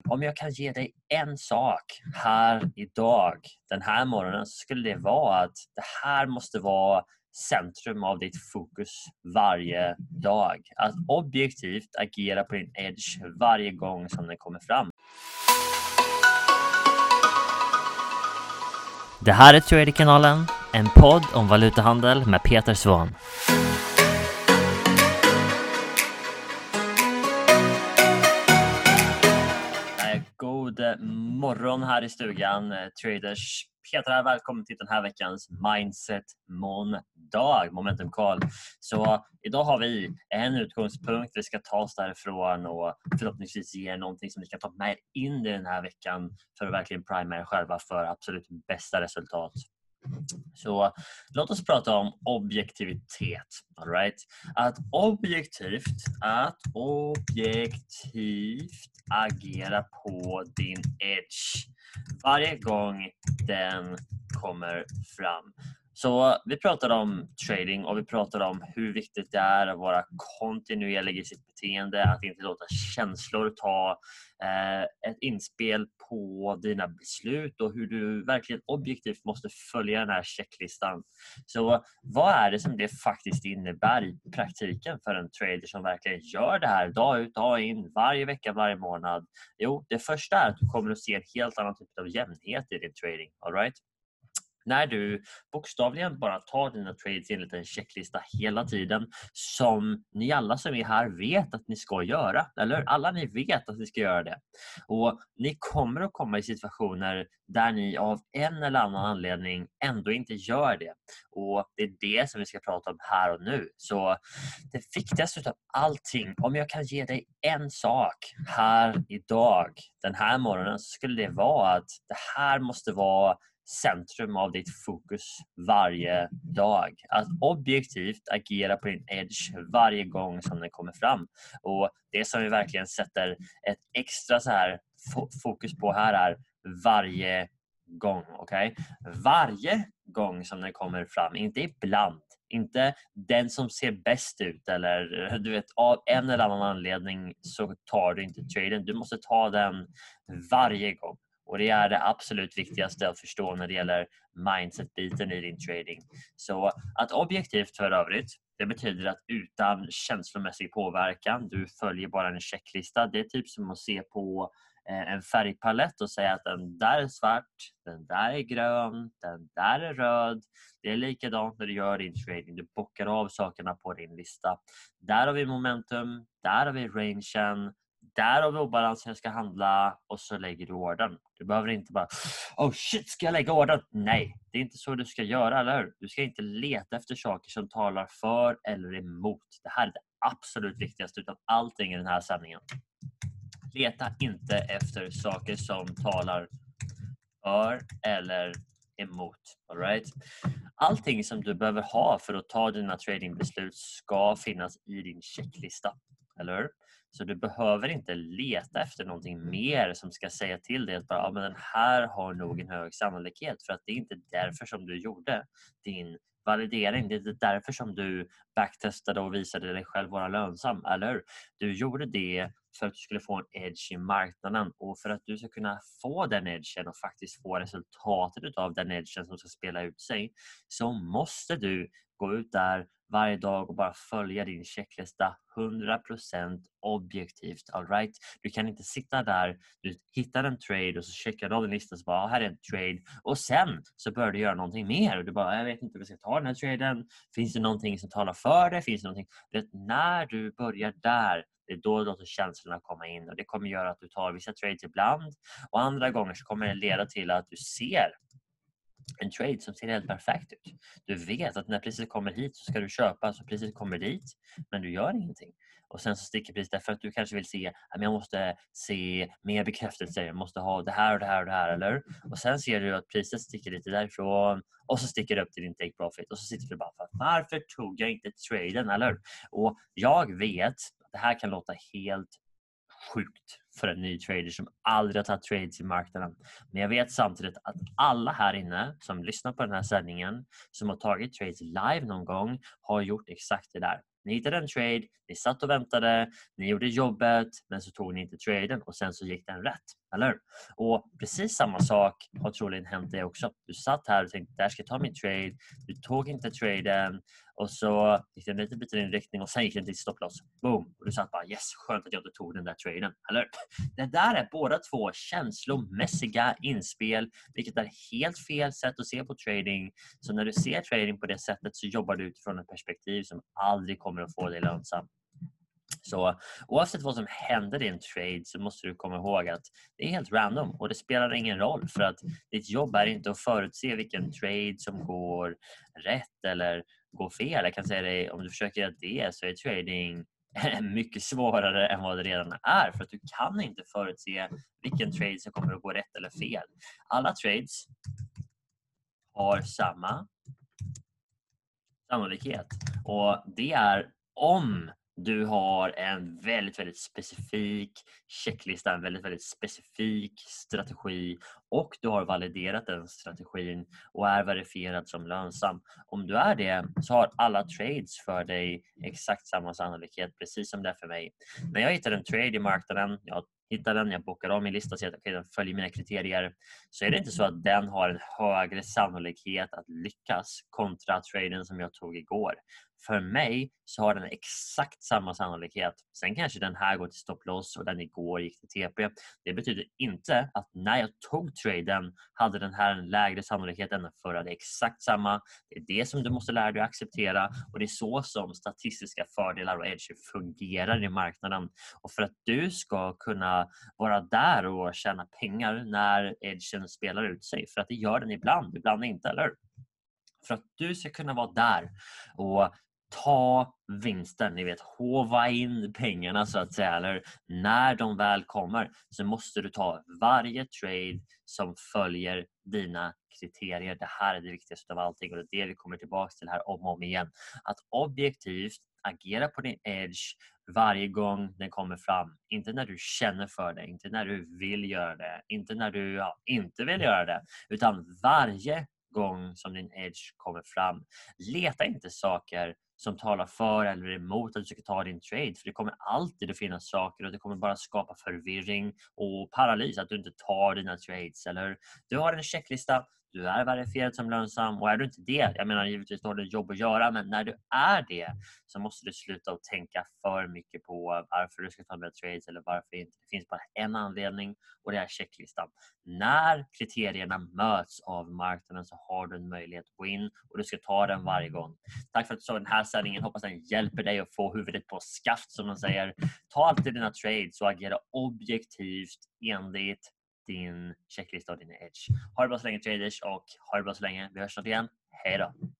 om jag kan ge dig en sak här idag, den här morgonen, så skulle det vara att det här måste vara centrum av ditt fokus varje dag. Att objektivt agera på din edge varje gång som den kommer fram. Det här är Trader-kanalen, en podd om valutahandel med Peter Svahn. God morgon här i stugan, traders. Peter här, välkommen till den här veckans Mindset Måndag, Momentum Call. Så idag har vi en utgångspunkt, vi ska ta oss därifrån och förhoppningsvis ge någonting som ni ska ta med in i den här veckan för att verkligen prima er själva för absolut bästa resultat. Så låt oss prata om objektivitet. All right? Att objektivt agera på din edge varje gång den kommer fram. Så vi pratar om trading och vi pratar om hur viktigt det är att vara kontinuerlig i sitt beteende, att inte låta känslor ta ett inspel på dina beslut och hur du verkligen objektivt måste följa den här checklistan. Så vad är det som det faktiskt innebär i praktiken för en trader som verkligen gör det här dag ut, dag in, varje vecka, varje månad? Jo, det första är att du kommer att se en helt annan typ av jämnhet i din trading. All right? När du bokstavligen bara tar dina trades enligt en checklista hela tiden, som ni alla som är här vet att ni ska göra, eller alla ni vet att ni ska göra det. Och ni kommer att komma i situationer där ni av en eller annan anledning ändå inte gör det. Och det är det som vi ska prata om här och nu. Så det viktigaste av allting, om jag kan ge dig en sak här idag, den här morgonen, så skulle det vara att det här måste vara centrum av ditt fokus varje dag. Att objektivt agera på din edge varje gång som den kommer fram. Och det som vi verkligen sätter ett extra så här fokus på här är varje gång, okej? Varje gång som den kommer fram, inte ibland. Inte den som ser bäst ut eller du vet, av en eller annan anledning så tar du inte traden. Du måste ta den varje gång. Och det är det absolut viktigaste att förstå när det gäller mindset-biten i din trading. Så att objektivt för övrigt, det betyder att utan känslomässig påverkan, du följer bara en checklista. Det är typ som att se på en färgpalett och säga att den där är svart, den där är grön, den där är röd. Det är likadant när du gör din trading. Du bockar av sakerna på din lista. Där har vi momentum, där har vi rangen. Där har vi obalansen jag ska handla och så lägger du ordern. Du behöver inte bara, oh shit, ska jag lägga ordern? Nej, det är inte så du ska göra, eller hur? Du ska inte leta efter saker som talar för eller emot. Det här är det absolut viktigaste utav allting i den här sändningen. Leta inte efter saker som talar för eller emot. All right? Allting som du behöver ha för att ta dina tradingbeslut ska finnas i din checklista, eller hur? Så du behöver inte leta efter någonting mer som ska säga till dig att bara, ja, men den här har nog en hög sannolikhet, för att det är inte därför som du gjorde din validering. Det är inte därför som du backtestade och visade dig själv vara lönsam, eller hur? Du gjorde det för att du skulle få en edge i marknaden, och för att du ska kunna få den edgen och faktiskt få resultatet av den edgen som ska spela ut sig, så måste du gå ut där varje dag och bara följa din checklista 100% objektivt. All right? Du kan inte sitta där, du hittar en trade och så checkar du av din lista och så bara, här är en trade, och sen så börjar du göra någonting mer och du bara, jag vet inte om jag ska ta den här traden. Finns det någonting som talar för det? Finns det någonting? När du börjar där, det är då du låter känslorna komma in, och det kommer göra att du tar vissa trades ibland, och andra gånger så kommer det leda till att du ser en trade som ser helt perfekt ut. Du vet att när priset kommer hit så ska du köpa, så priset kommer dit, men du gör ingenting. Och sen så sticker priset därför att du kanske vill se att jag måste se mer bekräftelse, jag måste ha det här och det här och det här, eller? Och sen ser du att priset sticker lite därifrån och så sticker det upp till din take profit, och så sitter du bara, varför tog jag inte traden, eller? Och jag vet att det här kan låta helt sjukt för en ny trader som aldrig har tagit trades i marknaden. Men jag vet samtidigt att alla här inne som lyssnar på den här sändningen, som har tagit trades live någon gång, har gjort exakt det där. Ni hittade en trade, ni satt och väntade, ni gjorde jobbet, men så tog ni inte traden och sen så gick den rätt, eller hur? Och precis samma sak har troligen hänt dig också. Du satt här och tänkte, där ska jag ta min trade, du tog inte traden och så gick den lite byta din riktning och sen gick den till stopploss. Boom! Och du satt bara, yes, skönt att jag inte tog den där traden, eller hur? Det där är båda två känslomässiga inspel, vilket är helt fel sätt att se på trading. Så när du ser trading på det sättet så jobbar du utifrån ett perspektiv som aldrig kommer att få dig lönsam. Så oavsett vad som händer i en trade så måste du komma ihåg att det är helt random och det spelar ingen roll för att ditt jobb är inte att förutse vilken trade som går rätt eller går fel. Jag kan säga dig, om du försöker göra det så är trading mycket svårare än vad det redan är för att du kan inte förutse vilken trade som kommer att gå rätt eller fel. Alla trades har samma sannolikhet och det är om du har en väldigt specifik checklista, en väldigt specifik strategi och du har validerat den strategin och är verifierad som lönsam. Om du är det så har alla trades för dig exakt samma sannolikhet, precis som det är för mig. När jag hittar en trade i marknaden, jag hittar den, jag bokar om min lista så att den följer mina kriterier, så är det inte så att den har en högre sannolikhet att lyckas kontra traden som jag tog igår. För mig så har den exakt samma sannolikhet. Sen kanske den här går till stopploss och den igår gick till TP. Det betyder inte att när jag tog traden hade den här en lägre sannolikhet än den förra. Det är exakt samma. Det är det som du måste lära dig att acceptera och det är så som statistiska fördelar och edge fungerar i marknaden. Och för att du ska kunna vara där och tjäna pengar när edgen spelar ut sig, för att det gör den ibland inte, eller? För att du ska kunna vara där och ta vinsten, ni vet, hova in pengarna så att säga, eller när de väl kommer så måste du ta varje trade som följer dina kriterier. Det här är det viktigaste av allting och det är det vi kommer tillbaka till här om och om igen. Att objektivt agera på din edge varje gång den kommer fram. Inte när du känner för det, inte när du vill göra det, inte när du inte vill göra det, utan varje gång som din edge kommer fram. Leta inte saker som talar för eller emot att du ska ta din trade, för det kommer alltid att finnas saker och det kommer bara skapa förvirring och paralys att du inte tar dina trades. Eller du har en checklista, du är verifierad som lönsam och är du inte det, jag menar givetvis har du ett jobb att göra, men när du är det så måste du sluta att tänka för mycket på varför du ska ta med trades eller varför inte. Det finns bara en anledning och det är checklistan. När kriterierna möts av marknaden så har du en möjlighet att gå in och du ska ta den varje gång. Tack för att du såg den här sändningen. Hoppas den hjälper dig att få huvudet på skaft, som man säger. Ta alltid dina trades och agera objektivt enligt din checklista och din edge. Ha det bra så länge traders och ha det bra så länge. Vi hörs snart igen. Hej då!